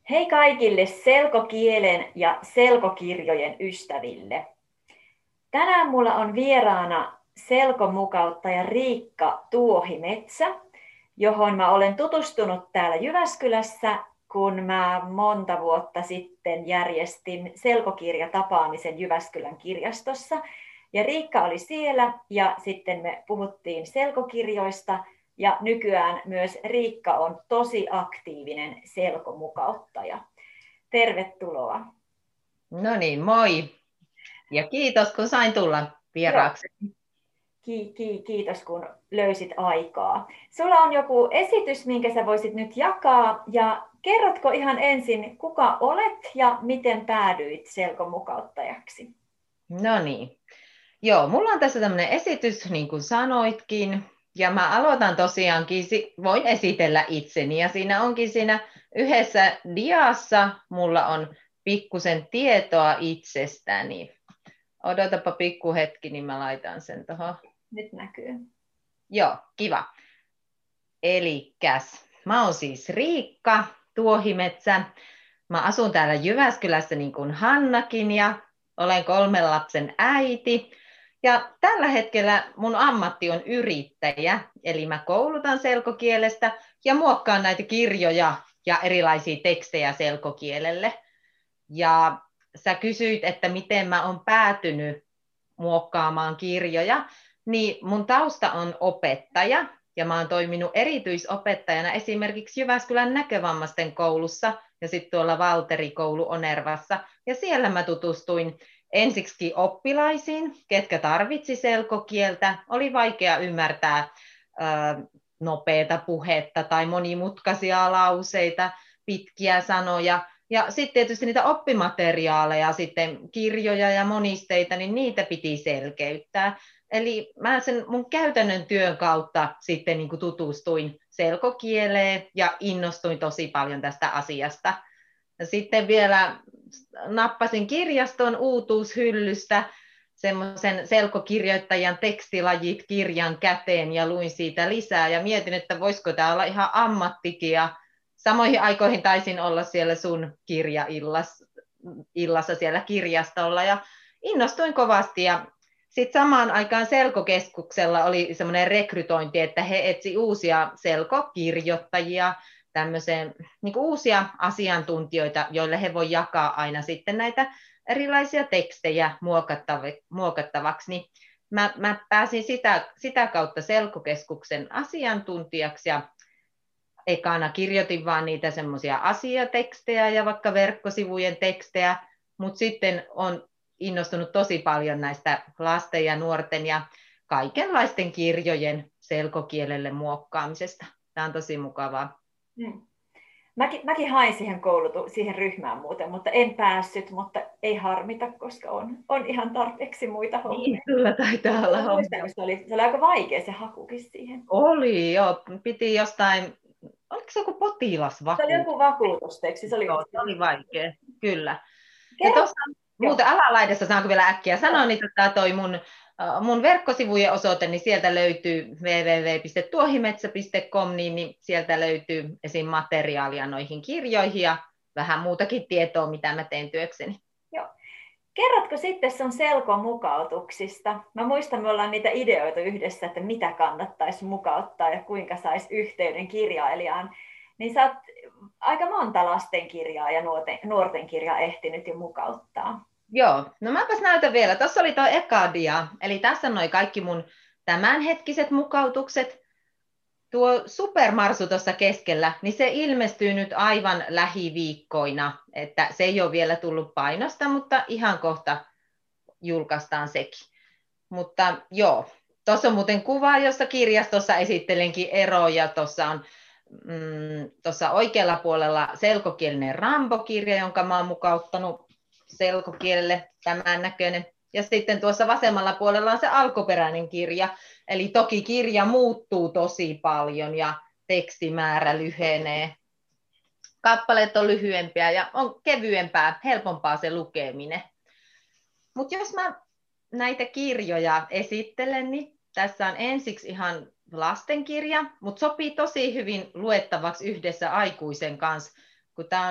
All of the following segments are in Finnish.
Hei kaikille selkokielen ja selkokirjojen ystäville. Tänään mulla on vieraana selkomukauttaja Riikka Tuohimetsä, johon mä olen tutustunut täällä Jyväskylässä, kun mä monta vuotta sitten järjestin selkokirjatapaamisen Jyväskylän kirjastossa. Ja Riikka oli siellä ja sitten me puhuttiin selkokirjoista. Ja nykyään myös Riikka on tosi aktiivinen selkomukauttaja. Tervetuloa. No niin, moi. Ja kiitos, kun sain tulla Joo, vieraaksi. kiitos kun löysit aikaa. Sulla on joku esitys, minkä sä voisit nyt jakaa. Ja kerrotko ihan ensin, kuka olet ja miten päädyit selkomukauttajaksi? No niin. Joo, mulla on tässä tämmöinen esitys, niin kuin sanoitkin. Ja mä aloitan tosiaankin, voin esitellä itseni. Ja siinä yhdessä diassa mulla on pikkusen tietoa itsestäni. Odotapa pikku hetki, niin mä laitan sen tuohon. Nyt näkyy. Joo, kiva. Elikkäs, mä oon siis Riikka Tuohimetsä. Mä asun täällä Jyväskylässä niin kuin Hannakin ja olen 3 lapsen äiti. Ja tällä hetkellä mun ammatti on yrittäjä, eli mä koulutan selkokielestä ja muokkaan näitä kirjoja ja erilaisia tekstejä selkokielelle. Ja sä kysyit, että miten mä oon päätynyt muokkaamaan kirjoja, niin mun tausta on opettaja ja mä oon toiminut erityisopettajana esimerkiksi Jyväskylän näkövammaisten koulussa ja sitten tuolla Valteri-koulu Onervassa. Ja siellä mä tutustuin ensiksi oppilaisiin, ketkä tarvitsi selkokieltä. Oli vaikea ymmärtää nopeata puhetta tai monimutkaisia lauseita, pitkiä sanoja. Ja sitten tietysti niitä oppimateriaaleja, sitten kirjoja ja monisteita, niin niitä piti selkeyttää. Eli mä sen mun käytännön työn kautta sitten niin kuin tutustuin selkokieleen ja innostuin tosi paljon tästä asiasta. Ja sitten vielä nappasin kirjaston uutuushyllystä semmoisen selkokirjoittajan tekstilajit kirjan käteen ja luin siitä lisää ja mietin, että voisiko tämä olla ihan ammattikin. Ja samoihin aikoihin taisin olla siellä sun kirjaillassa siellä kirjastolla ja innostuin kovasti ja sitten samaan aikaan Selkokeskuksella oli semmoinen rekrytointi, että he etsi uusia selkokirjoittajia, tämmöiseen niin uusia asiantuntijoita, joille he voi jakaa aina sitten näitä erilaisia tekstejä muokattavaksi. Niin mä pääsin sitä kautta Selkokeskuksen asiantuntijaksi ja ekana kirjoitin vaan niitä semmoisia asiatekstejä ja vaikka verkkosivujen tekstejä, mutta sitten on innostunut tosi paljon näistä lasten ja nuorten ja kaikenlaisten kirjojen selkokielelle muokkaamisesta. Tämä on tosi mukavaa. Mäkin hain siihen ryhmään muuten, mutta en päässyt, mutta ei harmita, koska on ihan tarpeeksi muita hommia. Niin, kyllä taitaa olla hommia. Se oli aika vaikea se hakukin siihen. Oli, joo. Piti jostain, oliko se joku potilasvakuutus? Se oli joku vakuutusteksti. Se oli vaikea, kyllä. Ja tuossa muuten alalaidassa saanko vielä äkkiä sanoa, niin toi mun verkkosivujen osoite, niin sieltä löytyy www.tuohimetsä.com, niin sieltä löytyy esim. Materiaalia noihin kirjoihin ja vähän muutakin tietoa, mitä mä teen työkseni. Joo. Kerrotko sitten sun selkomukautuksista? Mä muistan, me ollaan niitä ideoita yhdessä, että mitä kannattaisi mukauttaa ja kuinka saisi yhteyden kirjailijaan. Niin sä oot aika monta lastenkirjaa ja nuorten kirjaa ehtinyt jo mukauttaa. Joo, no mäpäs näytän vielä. Tuossa oli tuo eka dia, eli tässä on noi kaikki mun tämänhetkiset mukautukset. Tuo supermarsu tuossa keskellä, niin se ilmestyy nyt aivan lähiviikkoina, että se ei ole vielä tullut painosta, mutta ihan kohta julkaistaan sekin. Mutta joo, tuossa on muuten kuva, jossa kirjastossa esittelenkin eroja. Tuossa on tuossa oikealla puolella selkokielinen Rambo-kirja, jonka mä oon mukauttanut selkokielelle, tämän näköinen. Ja sitten tuossa vasemmalla puolella on se alkuperäinen kirja. Eli toki kirja muuttuu tosi paljon ja tekstimäärä lyhenee. Kappaleet on lyhyempiä ja on kevyempää, helpompaa se lukeminen. Mutta jos mä näitä kirjoja esittelen, niin tässä on ensiksi ihan lastenkirja, mutta sopii tosi hyvin luettavaksi yhdessä aikuisen kanssa, kun tämä on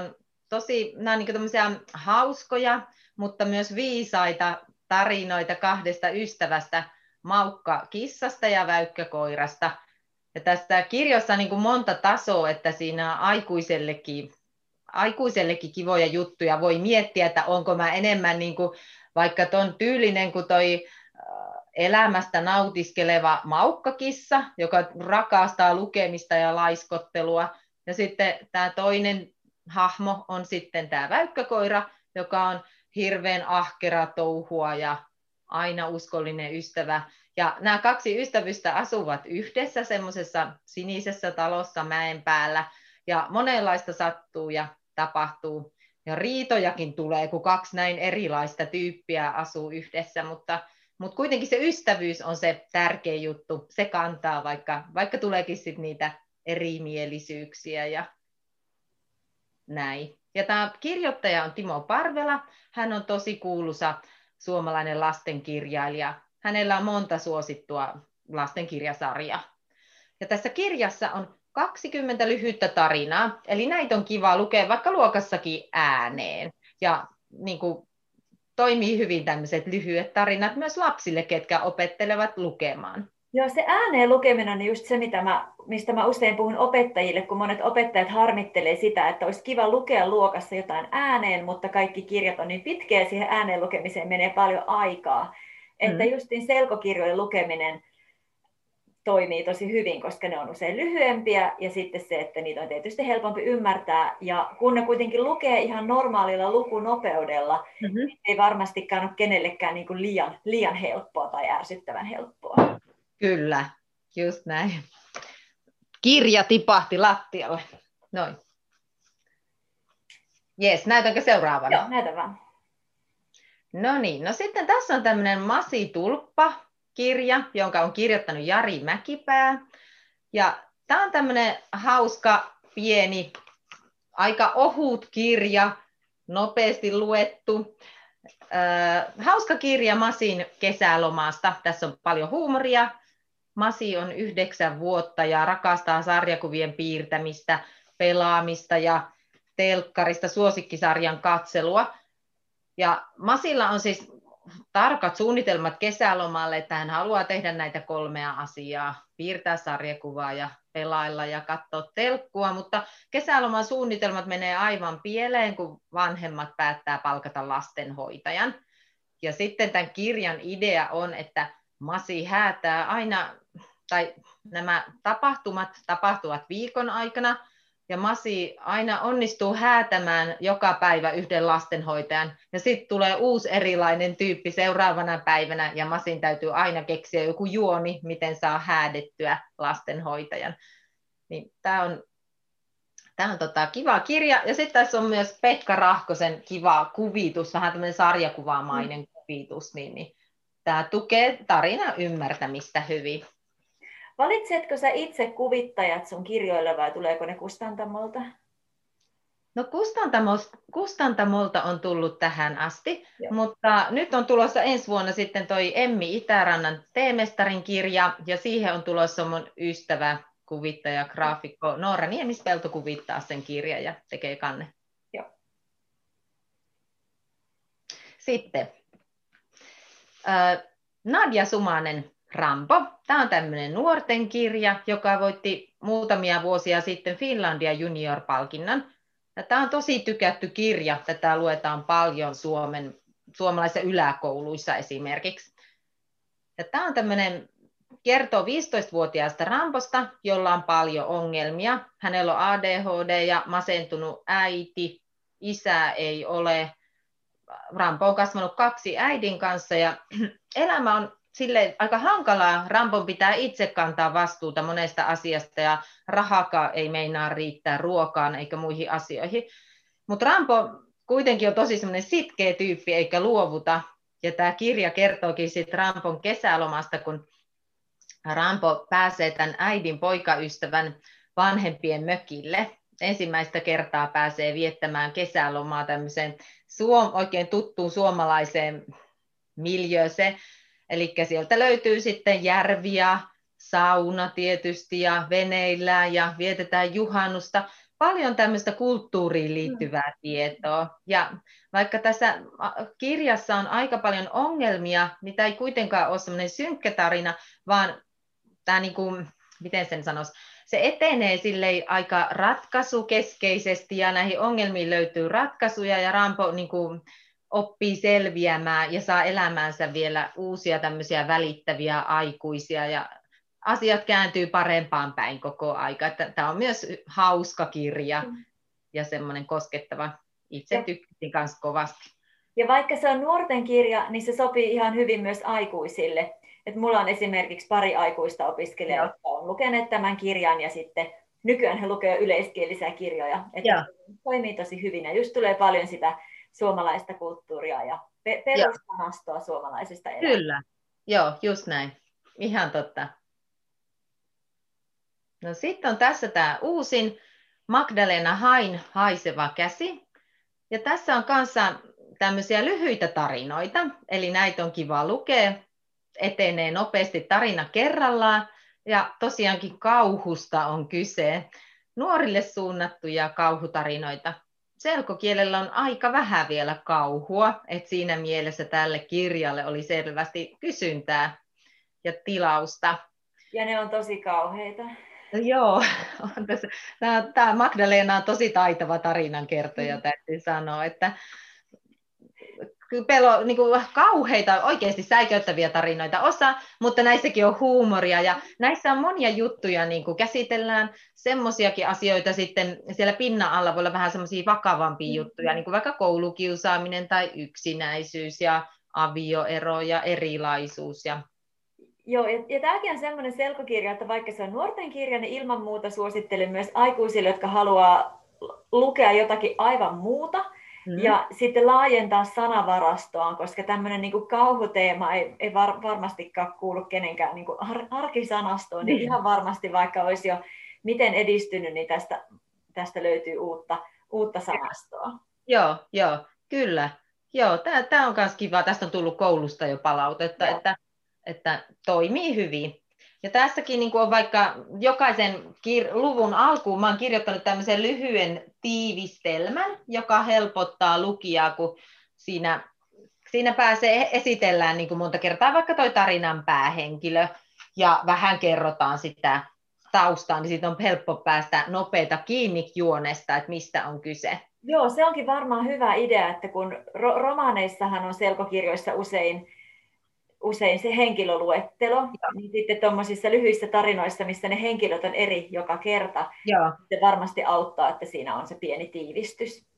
nämä on niin tämmöisiä hauskoja, mutta myös viisaita tarinoita kahdesta ystävästä, Maukka-kissasta ja Väykkä-koirasta. Ja tässä kirjassa on niin kuin monta tasoa, että siinä on aikuisellekin kivoja juttuja. Voi miettiä, että onko mä enemmän niin kuin vaikka ton tyylinen kuin toi elämästä nautiskeleva Maukka-kissa, joka rakastaa lukemista ja laiskottelua. Ja sitten tämä toinen hahmo on sitten tämä Väykkä-koira, joka on hirveän ahkera touhua ja aina uskollinen ystävä. Ja nämä kaksi ystävystä asuvat yhdessä semmoisessa sinisessä talossa mäen päällä. Ja monenlaista sattuu ja tapahtuu. Ja riitojakin tulee, kun kaksi näin erilaista tyyppiä asuu yhdessä, mutta kuitenkin se ystävyys on se tärkeä juttu. Se kantaa, vaikka tuleekin sit niitä erimielisyyksiä ja näin. Ja tämä kirjoittaja on Timo Parvela. Hän on tosi kuuluisa suomalainen lastenkirjailija. Hänellä on monta suosittua lastenkirjasarjaa. Ja tässä kirjassa on 20 lyhyttä tarinaa, eli näitä on kiva lukea vaikka luokassakin ääneen. Ja niin kuin, toimii hyvin tämmöiset lyhyet tarinat myös lapsille, ketkä opettelevat lukemaan. Joo, se ääneen lukeminen on just se, mistä mä usein puhun opettajille, kun monet opettajat harmittelee sitä, että olisi kiva lukea luokassa jotain ääneen, mutta kaikki kirjat on niin pitkiä ja siihen ääneen lukemiseen menee paljon aikaa. Että justiin selkokirjojen lukeminen toimii tosi hyvin, koska ne on usein lyhyempiä ja sitten se, että niitä on tietysti helpompi ymmärtää. Ja kun ne kuitenkin lukee ihan normaalilla lukunopeudella, niin ei varmastikaan ole kenellekään niin kuin liian helppoa tai ärsyttävän helppoa. Kyllä, just näin. Kirja tipahti lattialle. Noin. Jes, näytänkö seuraavan? Joo, näytä vaan. No niin, no sitten tässä on tämmöinen Masi Tulppa-kirja, jonka on kirjoittanut Jari Mäkipää. Ja tämä on tämmöinen hauska, pieni, aika ohut kirja, nopeasti luettu. Hauska kirja Masin kesälomasta. Tässä on paljon huumoria. Masi on 9 vuotta ja rakastaa sarjakuvien piirtämistä, pelaamista ja telkkarista suosikkisarjan katselua. Ja Masilla on siis tarkat suunnitelmat kesälomalle, että hän haluaa tehdä näitä 3 asiaa, piirtää sarjakuvaa ja pelailla ja katsoa telkkua, mutta kesäloman suunnitelmat menee aivan pieleen, kun vanhemmat päättää palkata lastenhoitajan. Ja sitten tämän kirjan idea on, että Masi häätää aina, tai nämä tapahtumat tapahtuvat viikon aikana, ja Masi aina onnistuu häätämään joka päivä yhden lastenhoitajan, ja sitten tulee uusi erilainen tyyppi seuraavana päivänä, ja Masin täytyy aina keksiä joku juoni, miten saa häädettyä lastenhoitajan. Niin tämä on kiva kirja, ja sitten tässä on myös Pekka Rahkosen kiva kuvitus, vähän tämmöinen sarjakuvaamainen kuvitus, niin tämä tukee tarinan ymmärtämistä hyvin. Valitsetko sä itse kuvittajat sun kirjoille vai tuleeko ne kustantamolta? No kustantamolta on tullut tähän asti, mutta nyt on tulossa ensi vuonna sitten toi Emmi Itärannan Teemestarin kirja, ja siihen on tulossa mun ystävä, kuvittaja, graafikko Noora Niemispelto kuvittaa sen kirjan ja tekee kanne. Joo. Sitten Nadja Sumanen Rambo. Tämä on tämmöinen nuorten kirja, joka voitti muutamia vuosia sitten Finlandia Junior-palkinnon. Tämä on tosi tykätty kirja. Tätä luetaan paljon suomalaisissa yläkouluissa esimerkiksi. Ja tämä on tämmöinen, kertoo 15-vuotiaasta Rambosta, jolla on paljon ongelmia. Hänellä on ADHD ja masentunut äiti. Isää ei ole. Rambo on kasvanut 2 äidin kanssa ja elämä on sille aika hankalaa. Rambon pitää itse kantaa vastuuta monesta asiasta ja rahakaan ei meinaa riittää ruokaan eikä muihin asioihin. Mutta Rambo kuitenkin on tosi semmoinen sitkeä tyyppi eikä luovuta. Ja tämä kirja kertookin sitten Rambon kesälomasta, kun Rambo pääsee tämän äidin poikaystävän vanhempien mökille. Ensimmäistä kertaa pääsee viettämään kesälomaa tämmöiseen oikein tuttuun suomalaiseen miljööseen. Eli sieltä löytyy sitten järvi ja sauna tietysti ja veneillään ja vietetään juhannusta. paljon tämmöistä kulttuuriin liittyvää tietoa. Ja vaikka tässä kirjassa on aika paljon ongelmia, niin tämä ei kuitenkaan ole semmoinen synkkä tarina, vaan tämä niin kuin, miten sen sanoisi, se etenee silleen aika ratkaisukeskeisesti ja näihin ongelmiin löytyy ratkaisuja ja Rambo niin kuin oppii selviämään ja saa elämäänsä vielä uusia tämmöisiä välittäviä aikuisia ja asiat kääntyy parempaan päin koko aika. Tämä on myös hauska kirja ja semmoinen koskettava. Itse tykkäsin kanssa kovasti. Ja vaikka se on nuorten kirja, niin se sopii ihan hyvin myös aikuisille. Et mulla on esimerkiksi pari aikuista opiskelijaa, jotka on lukeneet tämän kirjan ja sitten nykyään he lukevat yleiskielisiä kirjoja. Että se toimii tosi hyvin ja just tulee paljon sitä suomalaista kulttuuria ja perussanastoa suomalaisesta elämästä. Kyllä, joo, just näin. Ihan totta. No sitten on tässä tämä uusin Magdalena Hain Haiseva käsi. Ja tässä on kanssa tämmöisiä lyhyitä tarinoita, eli näitä on kiva lukea. Etenee nopeasti tarina kerrallaan ja tosiaankin kauhusta on kyse. Nuorille suunnattuja kauhutarinoita. Selkokielellä on aika vähän vielä kauhua, että siinä mielessä tälle kirjalle oli selvästi kysyntää ja tilausta. Ja ne on tosi kauheita. Joo, tämä Magdalena on tosi taitava tarinankertoja, täytyy sanoa, että niin kuin kauheita, oikeasti säikäyttäviä tarinoita osa, mutta näissäkin on huumoria ja näissä on monia juttuja, niin kuin käsitellään semmoisiakin asioita sitten siellä pinnan alla voi olla vähän semmoisia vakavampia juttuja, niin kuin vaikka koulukiusaaminen tai yksinäisyys ja avioero ja erilaisuus. Joo, ja tämäkin on semmoinen selkokirja, että vaikka se on nuorten kirja, niin ilman muuta suosittelen myös aikuisille, jotka haluaa lukea jotakin aivan muuta ja sitten laajentaa sanavarastoaan, koska tämmöinen niin kuin kauhuteema ei varmastikaan kuulu kenenkään niin kuin arkisanastoon, niin ihan varmasti vaikka olisi jo miten edistynyt, niin tästä löytyy uutta sanastoa. Joo, kyllä. Joo, tämä on myös kiva. Tästä on tullut koulusta jo palautetta, että toimii hyvin. Ja tässäkin niin on vaikka jokaisen luvun alkuun, mä olen kirjoittanut tämmöisen lyhyen tiivistelmän, joka helpottaa lukijaa, kun siinä pääsee esitellään niin kuin monta kertaa vaikka toi tarinan päähenkilö ja vähän kerrotaan sitä taustaa, niin siitä on helppo päästä nopeata kiinni juonesta, että mistä on kyse. Joo, se onkin varmaan hyvä idea, että kun romaaneissahan on selkokirjoissa usein se henkilöluettelo, niin sitten tuommoisissa lyhyissä tarinoissa, missä ne henkilöt on eri joka kerta, se varmasti auttaa, että siinä on se pieni tiivistys.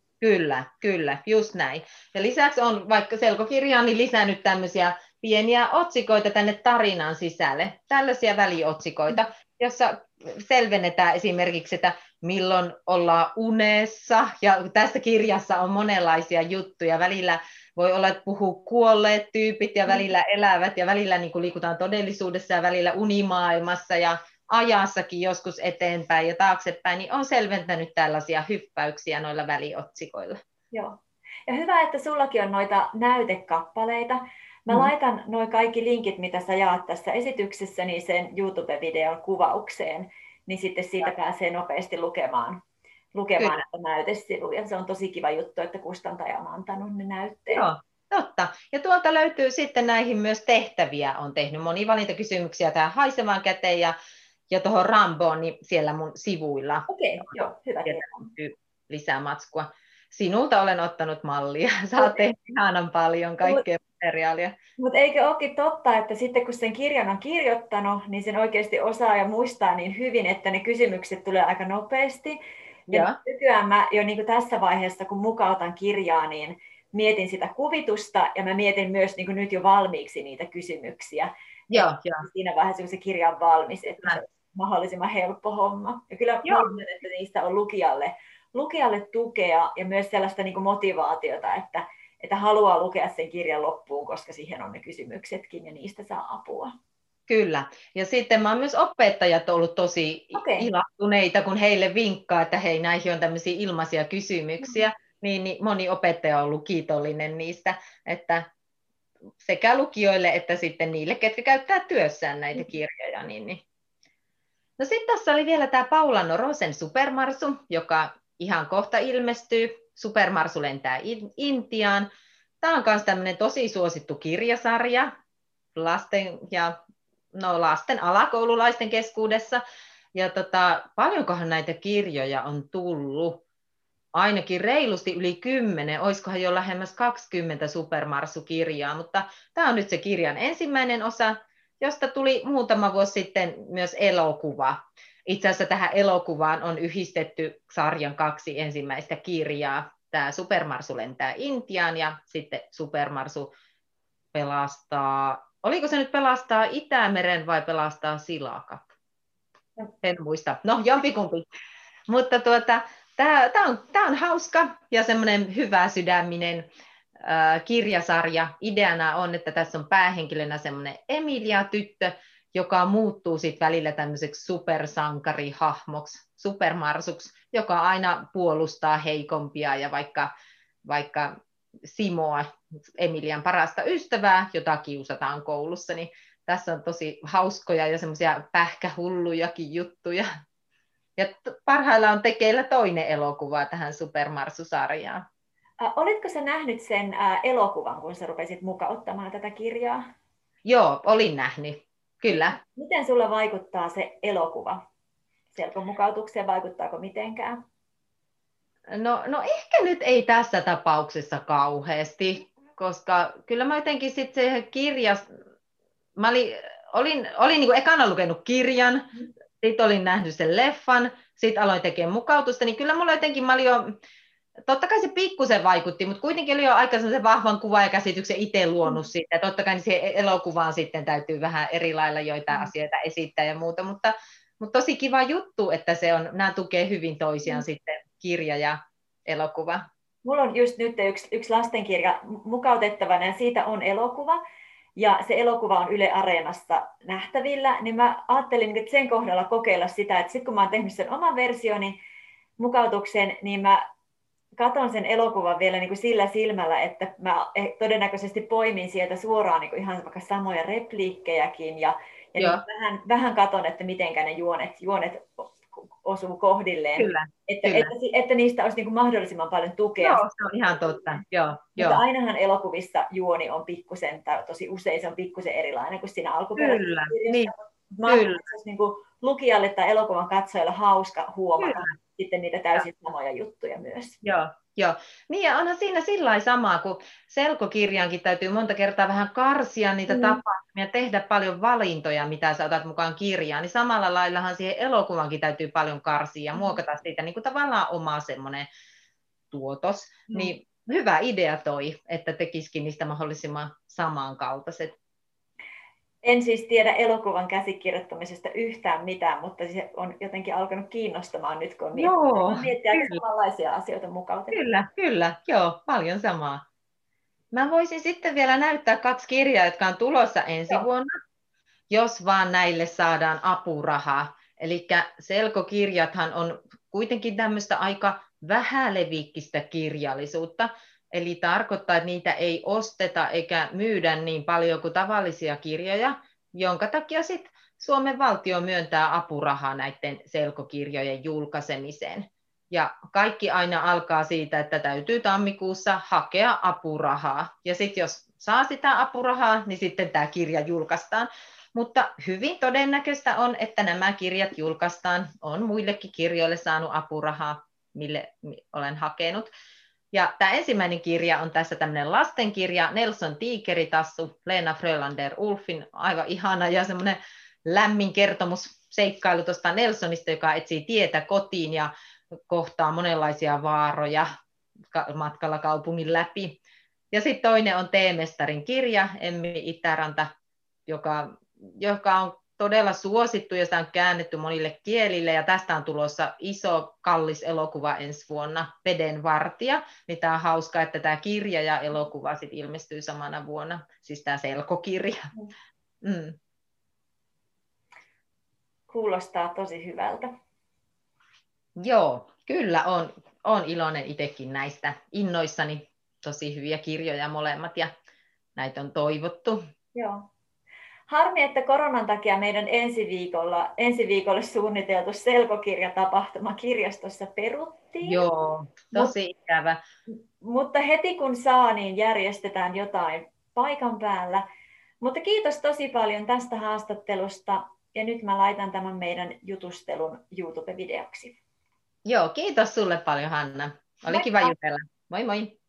Kyllä, just näin. Ja lisäksi on vaikka selkokirjaan niin lisännyt tämmöisiä pieniä otsikoita tänne tarinan sisälle, tällaisia väliotsikoita, jossa selvennetään esimerkiksi, että milloin ollaan unessa, ja tässä kirjassa on monenlaisia juttuja, välillä voi olla, että puhuu kuolleet tyypit ja välillä elävät ja välillä niin kuin liikutaan todellisuudessa ja välillä unimaailmassa ja ajassakin joskus eteenpäin ja taaksepäin, niin on selventänyt tällaisia hyppäyksiä noilla väliotsikoilla. Joo. Ja hyvä, että sullakin on noita näytekappaleita. Mä laitan nuo kaikki linkit, mitä sä jaat tässä esityksessä, niin sen YouTube-videon kuvaukseen, niin sitten siitä pääsee nopeasti lukemaan että näytesivu. Ja se on tosi kiva juttu, että kustantaja on antanut ne näytteet. Joo, totta. Ja tuolta löytyy sitten näihin myös tehtäviä. On tehnyt monivalintakysymyksiä tähän haisevaan käteen ja tuohon Ramboon niin siellä mun sivuilla. Okei, joo, hyvä. Lisää matskua. Sinulta olen ottanut mallia. Sä oot tehnyt ihanan paljon kaikkea materiaalia. Mutta eikö olekin totta, että sitten kun sen kirjan on kirjoittanut, niin sen oikeasti osaa ja muistaa niin hyvin, että ne kysymykset tulee aika nopeasti. Ja nykyään mä jo niin kuin tässä vaiheessa, kun mukautan kirjaa, niin mietin sitä kuvitusta ja mä mietin myös niin kuin nyt jo valmiiksi niitä kysymyksiä. Joo. Siinä vaiheessa, kun se kirja on valmis, että se on mahdollisimman helppo homma. Ja kyllä luulen, että niistä on lukijalle tukea ja myös sellaista niin kuin motivaatiota, että haluaa lukea sen kirjan loppuun, koska siihen on ne kysymyksetkin ja niistä saa apua. Kyllä. Ja sitten mä oon myös opettajat ollut tosi ilahtuneita, kun heille vinkkaa, että hei, näihin on tämmöisiä ilmaisia kysymyksiä, niin moni opettaja on ollut kiitollinen niistä, että sekä lukijoille että sitten niille, ketkä käyttää työssään näitä kirjoja. Niin. No sitten tässä oli vielä tämä Paula Norosen Supermarsu, joka ihan kohta ilmestyy. Supermarsu lentää Intiaan. Tämä on myös tämmöinen tosi suosittu kirjasarja lasten alakoululaisten keskuudessa. Ja paljonkohan näitä kirjoja on tullut? Ainakin reilusti yli 10, olisikohan jo lähemmäs 20 Supermarsu-kirjaa, mutta tämä on nyt se kirjan ensimmäinen osa, josta tuli muutama vuosi sitten myös elokuva. Itse asiassa tähän elokuvaan on yhdistetty sarjan 2 ensimmäistä kirjaa. Tämä Supermarsu lentää Intiaan ja sitten Supermarsu pelastaa, oliko se nyt pelastaa Itämeren vai pelastaa silakat? En muista. No, jompikumpi. Mutta tämä on hauska ja semmoinen hyvä sydäminen kirjasarja. Ideana on, että tässä on päähenkilönä semmoinen Emilia-tyttö, joka muuttuu sitten välillä tämmöiseksi supersankarihahmoksi, supermarsuksi, joka aina puolustaa heikompia ja vaikka Simoa, Emilian parasta ystävää, jota kiusataan koulussa, niin tässä on tosi hauskoja ja semmoisia pähkähullujakin juttuja. Ja parhaillaan on tekeillä toinen elokuva tähän Supermarsu-sarjaan. Olitko sä nähnyt sen elokuvan, kun sä rupesit mukauttamaan tätä kirjaa? Joo, olin nähnyt, kyllä. Miten sulla vaikuttaa se elokuva selkomukautukseen? Vaikuttaako mitenkään? No ehkä nyt ei tässä tapauksessa kauheasti, koska kyllä mä jotenkin sitten se kirjas, mä olin niin kuin ekana lukenut kirjan, sitten olin nähnyt sen leffan, sitten aloin tekemään mukautusta, niin kyllä mulla jotenkin, mä olin jo, totta kai se pikkusen vaikutti, mutta kuitenkin oli jo aika sellaisen vahvan kuvan ja käsityksen itse luonut siitä, ja totta kai niin siihen elokuvaan sitten täytyy vähän eri lailla joitain asioita esittää ja muuta, mutta tosi kiva juttu, että nämä tukee hyvin toisiaan sitten, kirja ja elokuva. Mulla on just nyt yksi lastenkirja mukautettavana ja siitä on elokuva. Ja se elokuva on Yle Areenassa nähtävillä, niin mä ajattelin että sen kohdalla kokeilla sitä, että sitten kun mä oon tehnyt sen oman versioni mukautuksen, niin mä katson sen elokuvan vielä niin kuin sillä silmällä, että mä todennäköisesti poimin sieltä suoraan niin kuin ihan vaikka samoja repliikkejäkin ja niin vähän katson, että mitenkä ne juonet osuu kohdilleen. Kyllä. Että niistä olisi niin kuin mahdollisimman paljon tukea. Joo, se on ihan totta. Mutta ainahan elokuvissa juoni on pikkusen, tai tosi usein se on pikkusen erilainen kuin siinä alkuperäisessä kirjassa. Mä ajattelin, että se olisi niin kuin lukijalle tai elokuvan katsojalle hauska huomata sitten niitä täysin samoja juttuja myös. Joo. Niin ja onhan siinä sillä lailla samaa, kun selkokirjaankin täytyy monta kertaa vähän karsia niitä tapahtumia, tehdä paljon valintoja, mitä sä otat mukaan kirjaan, niin samalla laillahan siihen elokuvankin täytyy paljon karsia ja muokata siitä niin kuin tavallaan oma semmoinen tuotos. Niin hyvä idea toi, että tekisikin niistä mahdollisimman samankaltaiset. En siis tiedä elokuvan käsikirjoittamisesta yhtään mitään, mutta se on jotenkin alkanut kiinnostamaan nyt, kun on miettiä aika samanlaisia asioita mukautettu. Kyllä, joo, paljon samaa. Mä voisin sitten vielä näyttää 2 kirjaa, jotka on tulossa ensi vuonna, jos vaan näille saadaan apurahaa. Eli selkokirjathan on kuitenkin tämmöistä aika vähälevikkistä kirjallisuutta, eli tarkoittaa, että niitä ei osteta eikä myydä niin paljon kuin tavallisia kirjoja, jonka takia sitten Suomen valtio myöntää apurahaa näiden selkokirjojen julkaisemiseen. Ja kaikki aina alkaa siitä, että täytyy tammikuussa hakea apurahaa. Ja sitten jos saa sitä apurahaa, niin sitten tämä kirja julkaistaan. Mutta hyvin todennäköistä on, että nämä kirjat julkaistaan. On muillekin kirjoille saanut apurahaa, mille olen hakenut. Ja tämä ensimmäinen kirja on tässä tämmöinen lastenkirja, Nelson Tiikeritassu, Lena Frölander Ulfin, aivan ihana ja semmoinen lämmin kertomus, seikkailu tuosta Nelsonista, joka etsii tietä kotiin ja kohtaa monenlaisia vaaroja matkalla kaupungin läpi. Ja sitten toinen on Teemestarin kirja, Emmi Itäranta, joka on todella suosittu ja sitä on käännetty monille kielille. Ja tästä on tulossa iso, kallis elokuva ensi vuonna, Vedenvartija. Niin tämä on hauskaa, että tämä kirja ja elokuva sit ilmestyy samana vuonna, siis tämä selkokirja. Kuulostaa tosi hyvältä. Joo, kyllä on iloinen itsekin näistä, innoissani, tosi hyviä kirjoja molemmat ja näitä on toivottu. Joo. Harmi, että koronan takia meidän ensi viikolle suunniteltu selkokirjatapahtuma kirjastossa peruttiin. Joo, tosi ikävä. Mutta heti kun saa, niin järjestetään jotain paikan päällä. Mutta kiitos tosi paljon tästä haastattelusta. Ja nyt mä laitan tämän meidän jutustelun YouTube-videoksi. Joo, kiitos sulle paljon, Hanna. Oli kiva jutella. Moi moi!